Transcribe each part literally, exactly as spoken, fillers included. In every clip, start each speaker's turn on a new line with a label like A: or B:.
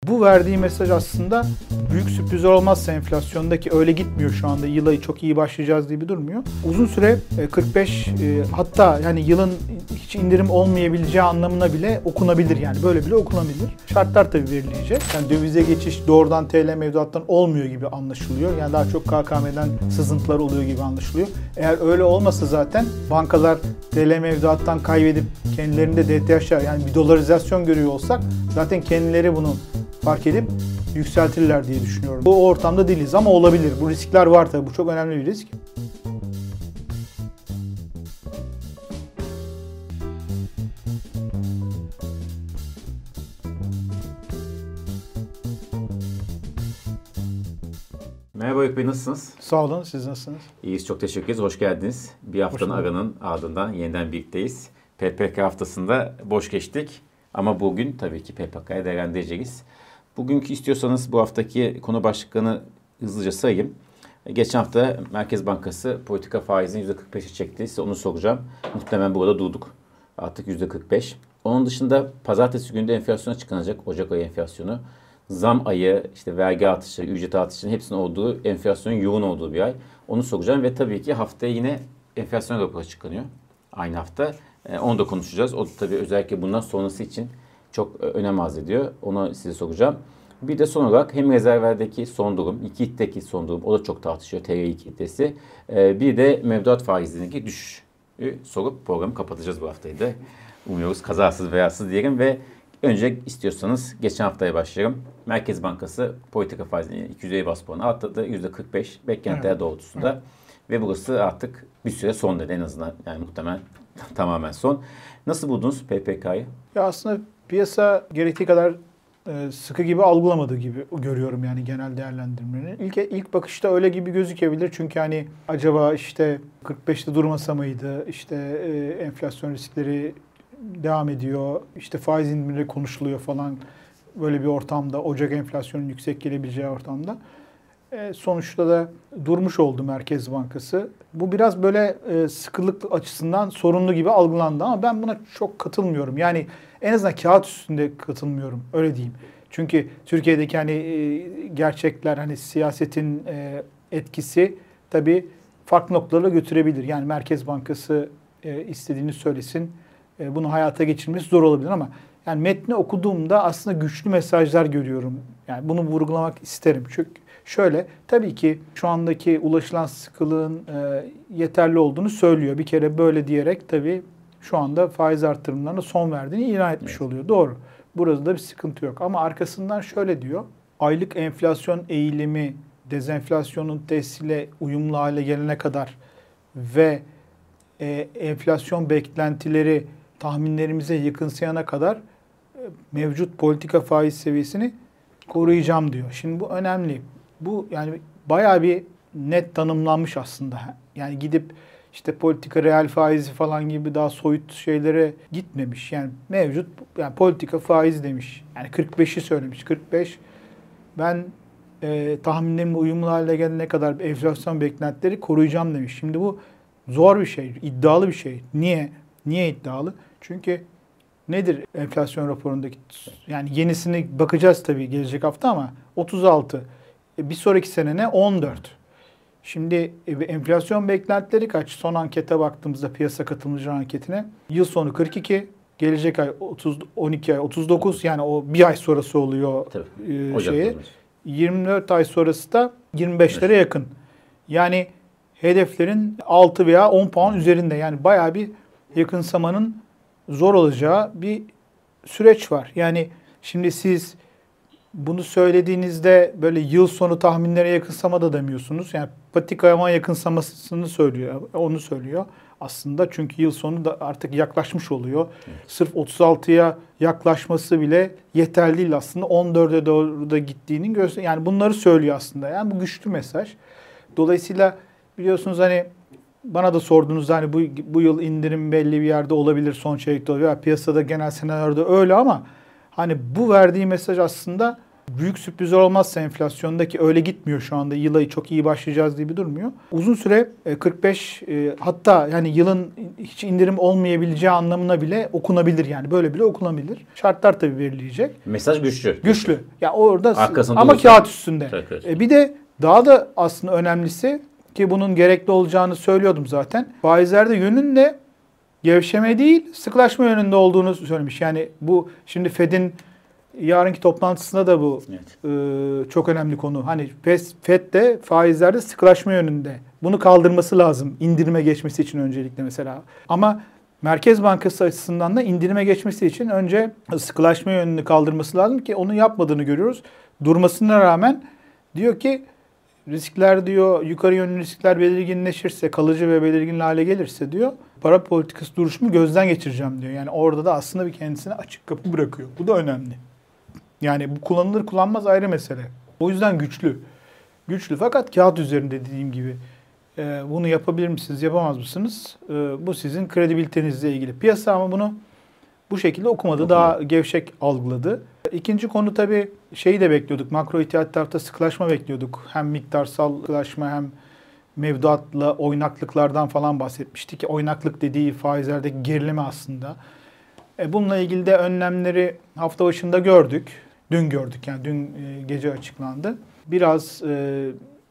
A: Bu verdiği mesaj aslında büyük sürprizler olmazsa enflasyondaki öyle gitmiyor şu anda. Yıla çok iyi başlayacağız diye bir durmuyor. Uzun süre kırk beş hatta yani yılın hiç indirim olmayabileceği anlamına bile okunabilir yani böyle bile okunabilir. Şartlar tabii verilecek. Yani dövize geçiş doğrudan T L mevduattan olmuyor gibi anlaşılıyor. Yani daha çok K K M'den sızıntılar oluyor gibi anlaşılıyor. Eğer öyle olmasa zaten bankalar T L mevduattan kaybedip kendilerinde D T H'lar yani bir dolarizasyon görüyor olsak zaten kendileri bunu fark edip yükseltirler diye düşünüyorum. Bu ortamda değiliz ama olabilir. Bu riskler var tabii. Bu çok önemli bir risk.
B: Merhaba Öykü Bey, nasılsınız?
A: Sağ olun, siz nasılsınız?
B: İyiyiz, çok teşekkür ederiz. Hoş geldiniz. Bir haftanın aranın ardından yeniden birlikteyiz. P P K haftasında boş geçtik ama bugün tabii ki P P K'ya değerlendireceğiz. Bugünkü istiyorsanız bu haftaki konu başlıklarını hızlıca sayayım. Geçen hafta Merkez Bankası politika faizini yüzde kırk beşe çekti. Size onu soracağım. Muhtemelen burada durduk. Artık yüzde kırk beş. Onun dışında pazartesi günü de enflasyon açıklanacak. Ocak ayı enflasyonu. Zam ayı, işte vergi artışı, ücret artışının hepsinin olduğu, enflasyonun yoğun olduğu bir ay. Onu soracağım ve tabii ki haftaya yine enflasyon raporu açıklanıyor. Aynı hafta. Onu da konuşacağız. O tabii özellikle bundan sonrası için çok önem arz ediyor. Onu size soracağım. Bir de son olarak hem rezervlerdeki son durum, iki itteki son durum, o da çok tartışıyor. T R iki ittesi. Bir de mevduat faizindeki düşüşü sorup programı kapatacağız bu haftayı da. Umuyoruz kazasız beyazsız diyelim ve önce istiyorsanız geçen haftaya başlayalım. Merkez Bankası politika faizini iki yüz elli bas puanı arttırdı. yüzde kırk beş beklentiler evet. doğrultusunda. Evet. Ve burası artık bir süre son dedi en azından. Yani muhtemelen tamamen son. Nasıl buldunuz P P K'yı?
A: Ya aslında piyasa gerektiği kadar sıkı gibi algılamadığı gibi görüyorum yani genel değerlendirmeni. İlk, ilk bakışta öyle gibi gözükebilir. Çünkü hani acaba işte kırk beşte durmasa mıydı? İşte e, enflasyon riskleri devam ediyor. İşte faiz indirimleri konuşuluyor falan. Böyle bir ortamda, Ocak enflasyonun yüksek gelebileceği ortamda. E, sonuçta da durmuş oldu Merkez Bankası. Bu biraz böyle e, sıkılık açısından sorunlu gibi algılandı ama ben buna çok katılmıyorum. Yani en azından kağıt üstünde katılmıyorum, öyle diyeyim. Çünkü Türkiye'deki hani e, gerçekler, hani siyasetin e, etkisi tabii farklı noktalara götürebilir. Yani Merkez Bankası e, istediğini söylesin, e, bunu hayata geçirmesi zor olabilir ama yani metni okuduğumda aslında güçlü mesajlar görüyorum. Yani bunu vurgulamak isterim. Çünkü şöyle, tabii ki şu andaki ulaşılan sıkılığın e, yeterli olduğunu söylüyor. Bir kere böyle diyerek tabii şu anda faiz artırımlarına son verdiğini ilan etmiş evet. oluyor. Doğru. Burada da bir sıkıntı yok. Ama arkasından şöyle diyor. Aylık enflasyon eğilimi dezenflasyonun tesisiyle uyumlu hale gelene kadar ve e, enflasyon beklentileri tahminlerimize yakınsayana kadar e, mevcut politika faiz seviyesini koruyacağım diyor. Şimdi bu önemli. Bu yani bayağı bir net tanımlanmış aslında. Yani gidip işte politika reel faizi falan gibi daha soyut şeylere gitmemiş. Yani mevcut yani politika faizi demiş. Yani kırk beşi söylemiş. kırk beş ben e, tahminlerimle uyumlu hale gelene kadar enflasyon beklentileri koruyacağım demiş. Şimdi bu zor bir şey, iddialı bir şey. Niye? Niye iddialı? Çünkü nedir enflasyon raporundaki? Yani yenisini bakacağız tabii gelecek hafta ama otuz altı. Bir sonraki sene ne? on dört. Şimdi enflasyon beklentileri kaç? Son ankete baktığımızda piyasa katılımcı anketine. Yıl sonu kırk iki, gelecek ay otuz, on iki ay otuz dokuz. Yani o bir ay sonrası oluyor e, şeye. yirmi dört ay sonrası da yirmi beşlere yakın. Yani hedeflerin altı veya on puan üzerinde. Yani bayağı bir yakınsamanın zor olacağı bir süreç var. Yani şimdi siz bunu söylediğinizde böyle yıl sonu tahminlere yakınsama da demiyorsunuz. Yani patikaya yakınsamasını söylüyor. Onu söylüyor aslında. Çünkü yıl sonu da artık yaklaşmış oluyor. Evet. Sırf otuz altıya yaklaşması bile yeterli değil aslında. on dörde doğru da gittiğinin göster. Yani bunları söylüyor aslında. Yani bu güçlü mesaj. Dolayısıyla biliyorsunuz hani bana da sordunuz hani bu bu yıl indirim belli bir yerde olabilir, son çeyrekte oluyor. Piyasada genel senaryoda öyle ama hani bu verdiği mesaj aslında büyük sürprizler olmazsa enflasyondaki öyle gitmiyor şu anda. Yıla çok iyi başlayacağız diye bir durmuyor. Uzun süre kırk beş hatta yani yılın hiç indirim olmayabileceği anlamına bile okunabilir yani. Böyle bile okunabilir. Şartlar tabii belirleyecek.
B: Mesaj güçlü.
A: Güçlü. Ya yani orada
B: arkasında
A: ama
B: olursa,
A: kağıt üstünde.
B: Evet.
A: E bir de daha da aslında önemlisi ki bunun gerekli olacağını söylüyordum zaten. Faizlerde yönün de gevşeme değil, sıklaşma yönünde olduğunu söylemiş. Yani bu şimdi Fed'in yarınki toplantısında da bu evet. e, çok önemli konu. Hani Fed de faizlerde sıklaşma yönünde. Bunu kaldırması lazım indirime geçmesi için öncelikle mesela. Ama Merkez Bankası açısından da indirime geçmesi için önce sıkılaşma yönünü kaldırması lazım ki onu yapmadığını görüyoruz. Durmasına rağmen diyor ki riskler diyor yukarı yönlü riskler belirginleşirse, kalıcı ve belirgin hale gelirse diyor para politikası duruşumu gözden geçireceğim diyor. Yani orada da aslında bir kendisine açık kapı bırakıyor. Bu da önemli. Yani bu kullanılır kullanmaz ayrı mesele. O yüzden güçlü. Güçlü fakat kağıt üzerinde dediğim gibi e, bunu yapabilir misiniz, yapamaz mısınız? E, bu sizin kredibilitenizle ilgili. Piyasa ama bunu bu şekilde okumadı. Okumadı. Daha gevşek algıladı. İkinci konu tabii şeyi de bekliyorduk. Makro ihtiyat tarafta sıkılaşma bekliyorduk. Hem miktarsal sıkılaşma hem mevduatla oynaklıklardan falan bahsetmiştik. Oynaklık dediği faizlerdeki gerileme aslında. E, bununla ilgili de önlemleri hafta başında gördük. Dün gördük yani dün e, gece açıklandı. Biraz e,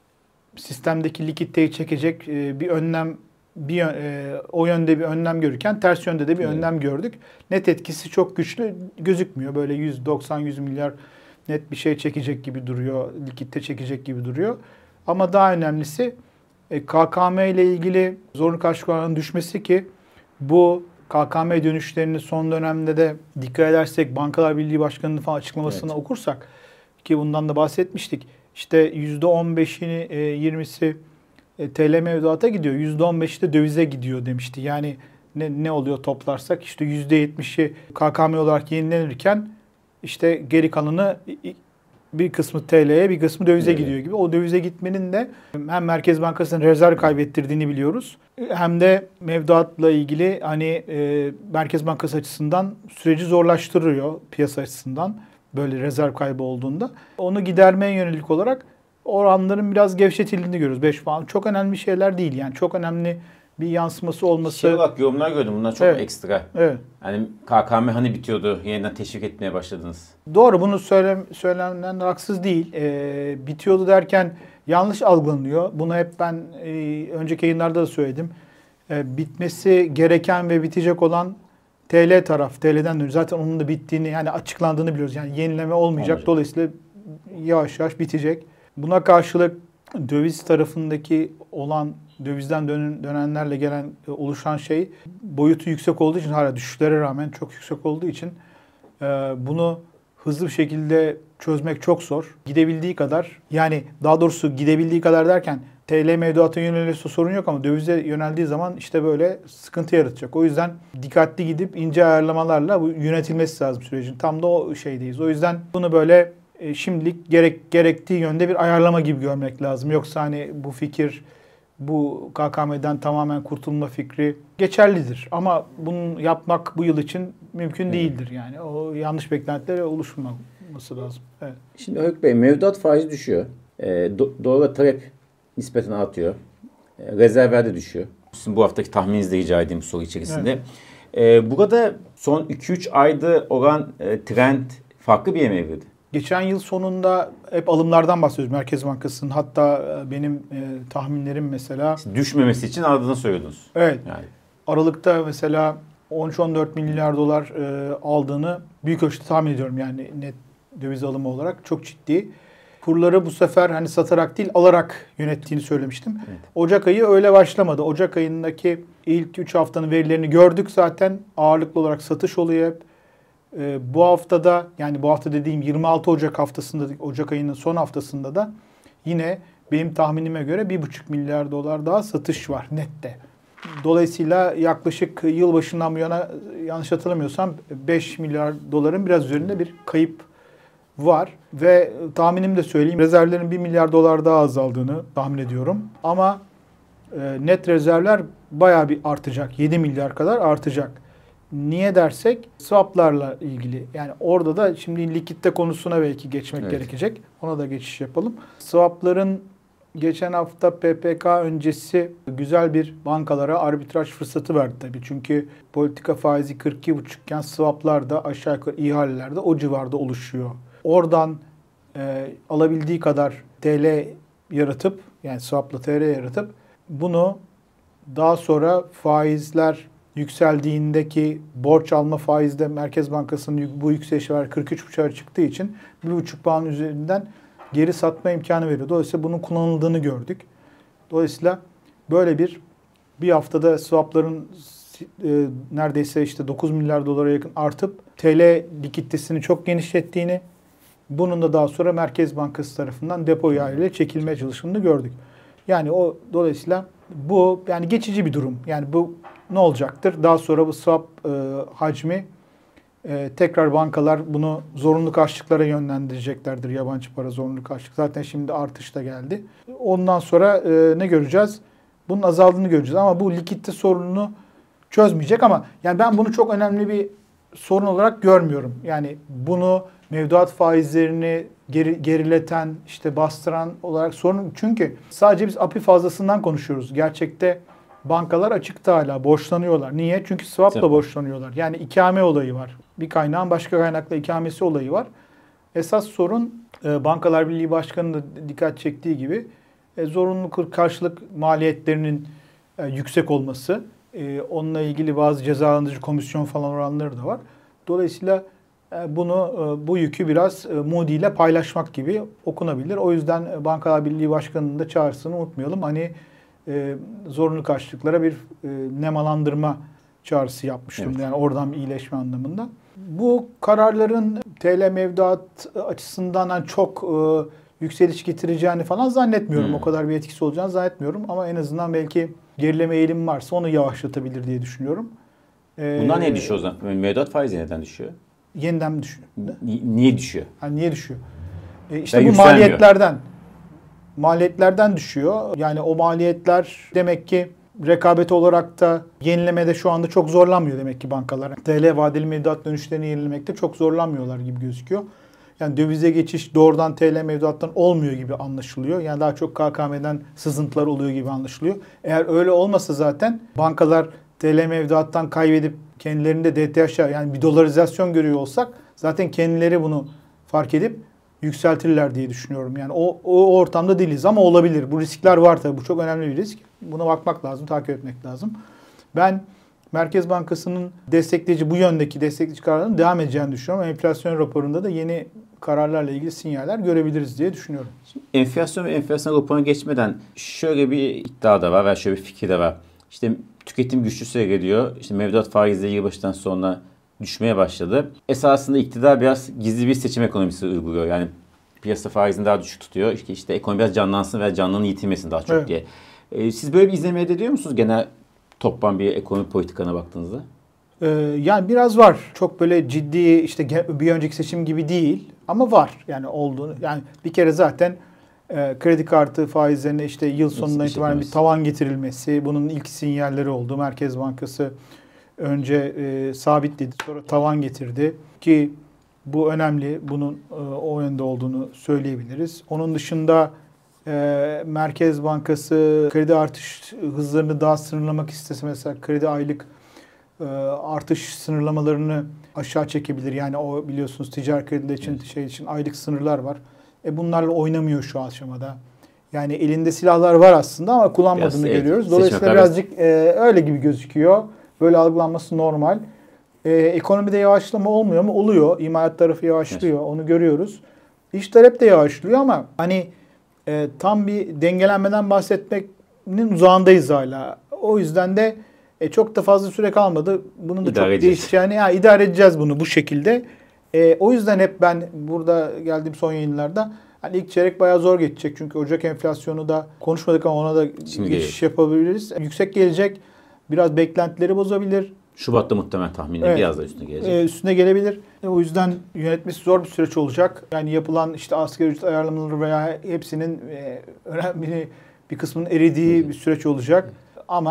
A: sistemdeki likiditeyi çekecek e, bir önlem bir e, o yönde bir önlem görürken ters yönde de bir evet. önlem gördük. Net etkisi çok güçlü gözükmüyor. Böyle yüz doksan yüz milyar net bir şey çekecek gibi duruyor. Likitte çekecek gibi duruyor. Ama daha önemlisi e, K K M ile ilgili zorunlu karşılık oranının düşmesi ki bu K K M dönüşlerini son dönemde de dikkat edersek Bankalar Birliği Başkanı'nın falan açıklamasını evet. okursak ki bundan da bahsetmiştik. İşte yüzde on beşini yirmisi T L mevduata gidiyor. yüzde on beşi de dövize gidiyor demişti. Yani ne, ne oluyor toplarsak işte yüzde yetmişi K K M olarak yenilenirken işte geri kalanı bir kısmı T L'ye bir kısmı dövize evet. gidiyor gibi. O dövize gitmenin de hem Merkez Bankası'nın rezerv kaybettirdiğini biliyoruz. Hem de mevduatla ilgili hani e, Merkez Bankası açısından süreci zorlaştırıyor piyasa açısından böyle rezerv kaybı olduğunda. Onu gidermeye yönelik olarak oranların biraz gevşetildiğini görüyoruz. beş puan çok önemli şeyler değil yani çok önemli bir yansıması olması.
B: Şey olarak yorumlar gördüm. Bunlar çok
A: evet.
B: ekstra.
A: Evet.
B: Yani K K M hani bitiyordu. Yeniden teşvik etmeye başladınız.
A: Doğru. Bunu söyle, söylenen haksız değil. Ee, bitiyordu derken yanlış algılanıyor. Bunu hep ben e, önceki yayınlarda da söyledim. E, bitmesi gereken ve bitecek olan T L taraf. T L'den dönüyor. Zaten onun da bittiğini yani açıklandığını biliyoruz. Yani yenileme olmayacak. Olmayacak. Dolayısıyla yavaş yavaş bitecek. Buna karşılık döviz tarafındaki olan dövizden dönen, dönenlerle gelen oluşan şey boyutu yüksek olduğu için hala düşüşlere rağmen çok yüksek olduğu için e, bunu hızlı bir şekilde çözmek çok zor. Gidebildiği kadar yani daha doğrusu gidebildiği kadar derken T L mevduata yönelirse sorun yok ama dövize yöneldiği zaman işte böyle sıkıntı yaratacak. O yüzden dikkatli gidip ince ayarlamalarla bu yönetilmesi lazım sürecin. Tam da o şeydeyiz. O yüzden bunu böyle e, şimdilik gerek gerektiği yönde bir ayarlama gibi görmek lazım. Yoksa hani bu fikir bu K K M'den tamamen kurtulma fikri geçerlidir. Ama bunu yapmak bu yıl için mümkün değildir. Yani o yanlış beklentilere oluşmaması lazım. Evet.
B: Şimdi Haluk Bey mevduat faizi düşüyor. E, do- dolara talep nispeten artıyor. E, rezervler de düşüyor. Sizin bu haftaki tahmininizi de rica edeyim bu soru içerisinde. Evet. E, burada son iki üç ayda olan e, trend farklı bir yere mi evrildi?
A: Geçen yıl sonunda hep alımlardan bahsediyoruz Merkez Bankası'nın. Hatta benim e, tahminlerim mesela...
B: Düşmemesi için ardından söylüyordunuz.
A: Evet. Yani. Aralıkta mesela on üç on dört milyar dolar e, aldığını büyük ölçüde tahmin ediyorum. Yani net döviz alımı olarak çok ciddi. Kurları bu sefer hani satarak değil alarak yönettiğini söylemiştim. Evet. Ocak ayı öyle başlamadı. Ocak ayındaki ilk üç haftanın verilerini gördük zaten. Ağırlıklı olarak satış oluyor hep. Ee, bu haftada yani bu hafta dediğim yirmi altı Ocak haftasında Ocak ayının son haftasında da yine benim tahminime göre bir buçuk milyar dolar daha satış var nette. Dolayısıyla yaklaşık yılbaşından bu yana yanlış hatırlamıyorsam beş milyar doların biraz üzerinde bir kayıp var. Ve tahminimi de söyleyeyim rezervlerin bir milyar dolar daha azaldığını tahmin ediyorum. Ama e, net rezervler bayağı bir artacak. yedi milyar kadar artacak. Niye dersek swaplarla ilgili. Yani orada da şimdi likitte konusuna belki geçmek evet. gerekecek. Ona da geçiş yapalım. Swapların geçen hafta P P K öncesi güzel bir bankalara arbitraj fırsatı verdi tabii. Çünkü politika faizi kırk iki buçuk iken swaplar da aşağı yukarı ihalelerde o civarda oluşuyor. Oradan e, alabildiği kadar T L yaratıp yani swapla T L yaratıp bunu daha sonra faizler yükseldiğindeki borç alma faizde Merkez Bankası'nın bu yükselişi var kırk üç buçuğa çıktığı için bir buçuk puan üzerinden geri satma imkanı veriyor. Dolayısıyla bunun kullanıldığını gördük. Dolayısıyla böyle bir bir haftada swapların e, neredeyse işte dokuz milyar dolara yakın artıp T L likiditesini çok genişlettiğini, bunun da daha sonra Merkez Bankası tarafından depo ile çekilmeye çalışıldığını gördük. Yani o dolayısıyla bu yani geçici bir durum. Yani bu ne olacaktır? Daha sonra bu swap e, hacmi e, tekrar bankalar bunu zorunlu karşılıklara yönlendireceklerdir. Yabancı para zorunlu karşılık. Zaten şimdi artış da geldi. Ondan sonra e, ne göreceğiz? Bunun azaldığını göreceğiz. Ama bu likidite sorununu çözmeyecek ama yani ben bunu çok önemli bir sorun olarak görmüyorum. Yani bunu mevduat faizlerini geri, gerileten, işte bastıran olarak sorun. Çünkü sadece biz A P I fazlasından konuşuyoruz. Gerçekte bankalar açıkta hala borçlanıyorlar. Niye? Çünkü swap'la Tabii. borçlanıyorlar. Yani ikame olayı var. Bir kaynağın başka kaynakla ikamesi olayı var. Esas sorun Bankalar Birliği Başkanı'nın da dikkat çektiği gibi zorunlu karşılık maliyetlerinin yüksek olması. Onunla ilgili bazı cezalandırıcı komisyon falan oranları da var. Dolayısıyla bunu, bu yükü biraz Moody ile paylaşmak gibi okunabilir. O yüzden Bankalar Birliği Başkanı'nın da çağrısını unutmayalım. Hani e, zorunlu karşılıklara bir e, nemalandırma çağrısı yapmıştım. Evet. Yani oradan bir iyileşme anlamında. Bu kararların T L mevduat açısından yani çok e, yükseliş getireceğini falan zannetmiyorum. Hmm. O kadar bir etkisi olacağını zannetmiyorum. Ama en azından belki gerileme eğilimi varsa onu yavaşlatabilir diye düşünüyorum.
B: Bundan ee, niye düşüyor o zaman? Mevduat faizi neden düşüyor?
A: Yeniden mi düşüyor?
B: Ni- niye düşüyor?
A: Yani niye düşüyor? E işte yani bu maliyetlerden. Maliyetlerden düşüyor. Yani o maliyetler demek ki rekabet olarak da yenilemede şu anda çok zorlanmıyor demek ki bankalar. T L vadeli mevduat dönüşlerini yenilemekte çok zorlanmıyorlar gibi gözüküyor. Yani dövize geçiş doğrudan T L mevduattan olmuyor gibi anlaşılıyor. Yani daha çok K K M'den sızıntılar oluyor gibi anlaşılıyor. Eğer öyle olmasa zaten bankalar T L mevduattan kaybedip kendilerinde D T H'a yani bir dolarizasyon görüyor olsak zaten kendileri bunu fark edip yükseltirler diye düşünüyorum. Yani o, o ortamda değiliz ama olabilir. Bu riskler var tabii. Bu çok önemli bir risk. Buna bakmak lazım, takip etmek lazım. Ben Merkez Bankası'nın destekleyici, bu yöndeki destekleyici kararlarının devam edeceğini düşünüyorum. Enflasyon raporunda da yeni kararlarla ilgili sinyaller görebiliriz diye düşünüyorum.
B: Enflasyon ve enflasyon raporuna geçmeden şöyle bir iddia da var ve şöyle bir fikir de var. İşte tüketim güçlü seyrediyor. İşte mevduat faizleri yılbaşından sonra düşmeye başladı. Esasında iktidar biraz gizli bir seçim ekonomisi uyguluyor. Yani piyasa faizini daha düşük tutuyor. İşte, işte ekonomi biraz canlansın ve canlılığını yitirmesin daha çok evet. diye. Ee, siz böyle bir izlemeye ediyor musunuz genel toplam bir ekonomi politikana baktığınızda?
A: Ee, yani biraz var. Çok böyle ciddi işte bir önceki seçim gibi değil ama var. Yani olduğunu. Yani bir kere zaten e, kredi kartı faizlerine işte yıl sonuna itibaren bir tavan getirilmesi, bunun ilk sinyalleri oldu. Merkez Bankası önce e, sabitledi, sonra tavan getirdi ki bu önemli. Bunun e, o yönde olduğunu söyleyebiliriz. Onun dışında e, Merkez Bankası kredi artış hızlarını daha sınırlamak istese mesela kredi aylık e, artış sınırlamalarını aşağı çekebilir. Yani o biliyorsunuz ticari krediler için evet. şey için aylık sınırlar var. E bunlarla oynamıyor şu aşamada. Yani elinde silahlar var aslında ama kullanmadığını biraz, görüyoruz. Evet, dolayısıyla birazcık e, öyle gibi gözüküyor. Böyle algılanması normal. Ee, ekonomide yavaşlama olmuyor mu? Oluyor. İmalat tarafı yavaşlıyor. Evet. Onu görüyoruz. İş talep de yavaşlıyor ama hani e, tam bir dengelenmeden bahsetmenin uzağındayız hala. O yüzden de e, çok da fazla süre kalmadı. Bunun da idare çok değişeceğini, ya idare edeceğiz bunu bu şekilde. E, o yüzden hep ben burada geldiğim son yayınlarda hani ilk çeyrek bayağı zor geçecek. Çünkü Ocak enflasyonu da konuşmadık ama ona da Şimdi geçiş geliyor. yapabiliriz. Yüksek gelecek. Biraz beklentileri bozabilir.
B: Şubat'ta muhtemelen tahminen evet. biraz da üstüne gelecek.
A: Ee, üstüne gelebilir. E, o yüzden yönetmesi zor bir süreç olacak. Yani yapılan işte asgari ücret ayarlamaları veya hepsinin e, önemli bir kısmının eridiği bir süreç olacak. Ama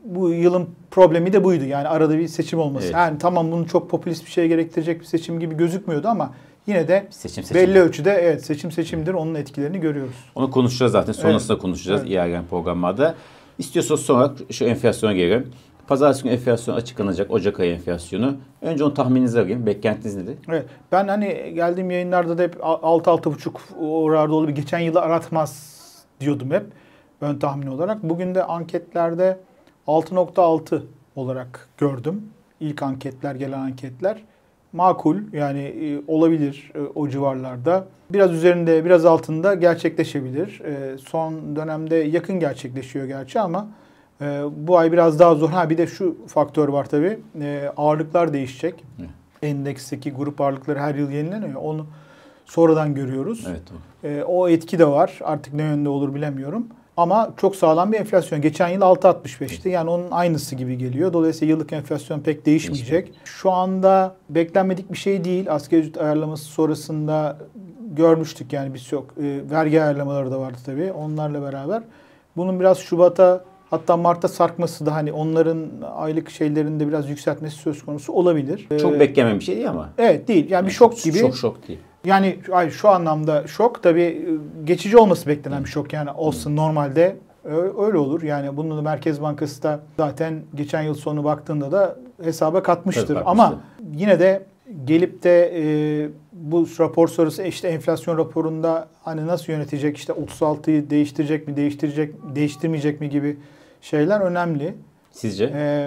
A: bu yılın problemi de buydu. Yani arada bir seçim olması.
B: Evet.
A: Yani tamam bunu çok popülist bir şeye gerektirecek bir seçim gibi gözükmüyordu ama yine de
B: seçim, seçim.
A: belli ölçüde evet seçim seçimdir. Onun etkilerini görüyoruz.
B: Onu konuşacağız zaten. Sonrasında evet. konuşacağız evet. ilerleyen programlarda. İstiyorsanız sonra şu enflasyona gelelim. Pazartesi günü enflasyon açıklanacak. Ocak ayı enflasyonu. Önce onu tahmininizi alayım. Beklentiniz nedir?
A: Evet. Ben hani geldiğim yayınlarda da hep altı altı buçuk orada olur. Geçen yılı aratmaz diyordum hep. Ön tahmin olarak. Bugün de anketlerde altı nokta altı olarak gördüm. İlk anketler, gelen anketler. Makul yani e, olabilir e, o civarlarda. Biraz üzerinde, biraz altında gerçekleşebilir. E, son dönemde yakın gerçekleşiyor gerçi ama e, bu ay biraz daha zor. Ha bir de şu faktör var tabii. E, ağırlıklar değişecek. Hı. Endeksteki grup ağırlıkları her yıl yenileniyor. Onu sonradan görüyoruz.
B: Evet. O.
A: E, o etki de var. Artık ne yönde olur bilemiyorum. Ama çok sağlam bir enflasyon. Geçen yıl altı nokta altmış beşti. Yani onun aynısı gibi geliyor. Dolayısıyla yıllık enflasyon pek değişmeyecek. Şu anda beklenmedik bir şey değil. Asgari ücret ayarlaması sonrasında görmüştük yani biz çok. E, vergi ayarlamaları da vardı tabii. Onlarla beraber. Bunun biraz Şubat'a hatta Mart'a sarkması da hani onların aylık şeylerinde biraz yükseltmesi söz konusu olabilir.
B: Çok ee, beklenen bir şey değil ama.
A: Evet değil. Yani bir şok gibi.
B: Çok şok değil.
A: Yani ay şu anlamda şok tabii geçici olması beklenen bir şok yani olsun hmm. normalde öyle olur. Yani bunu da Merkez Bankası da zaten geçen yıl sonu baktığında da hesaba katmıştır. Tabii, ama yine de gelip de e, bu rapor sonrası işte enflasyon raporunda hani nasıl yönetecek işte otuz altıyı değiştirecek mi değiştirecek değiştirmeyecek mi gibi şeyler önemli.
B: Sizce?
A: E,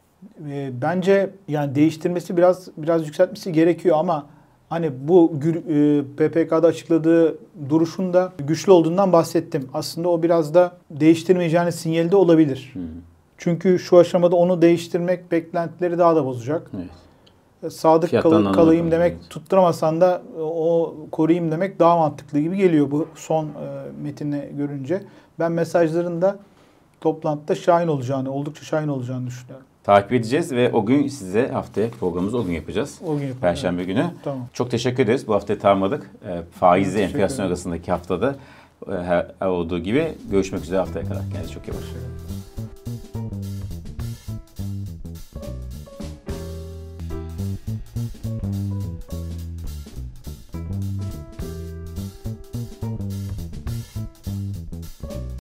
A: e, bence yani değiştirmesi biraz biraz yükseltmesi gerekiyor ama hani bu P P K'da açıkladığı duruşun da güçlü olduğundan bahsettim. Aslında o biraz da değiştirmeyeceğini sinyali de olabilir. Hı hı. Çünkü şu aşamada onu değiştirmek beklentileri daha da bozacak. Evet. Sadık kal- kalayım demek, evet. Tutturamasan da o koruyayım demek daha mantıklı gibi geliyor bu son e, metini görünce. Ben mesajların da toplantıda şahin olacağını, oldukça şahin olacağını düşünüyorum.
B: Takip edeceğiz ve o gün size haftaya programımızı o gün yapacağız.
A: O gün yapacağız.
B: Perşembe günü.
A: Tamam.
B: Çok teşekkür ederiz. Bu haftayı tamamladık. E, faizle enflasyon arasındaki haftada e, her, her olduğu gibi görüşmek üzere haftaya kadar. Kendinize çok iyi bakın.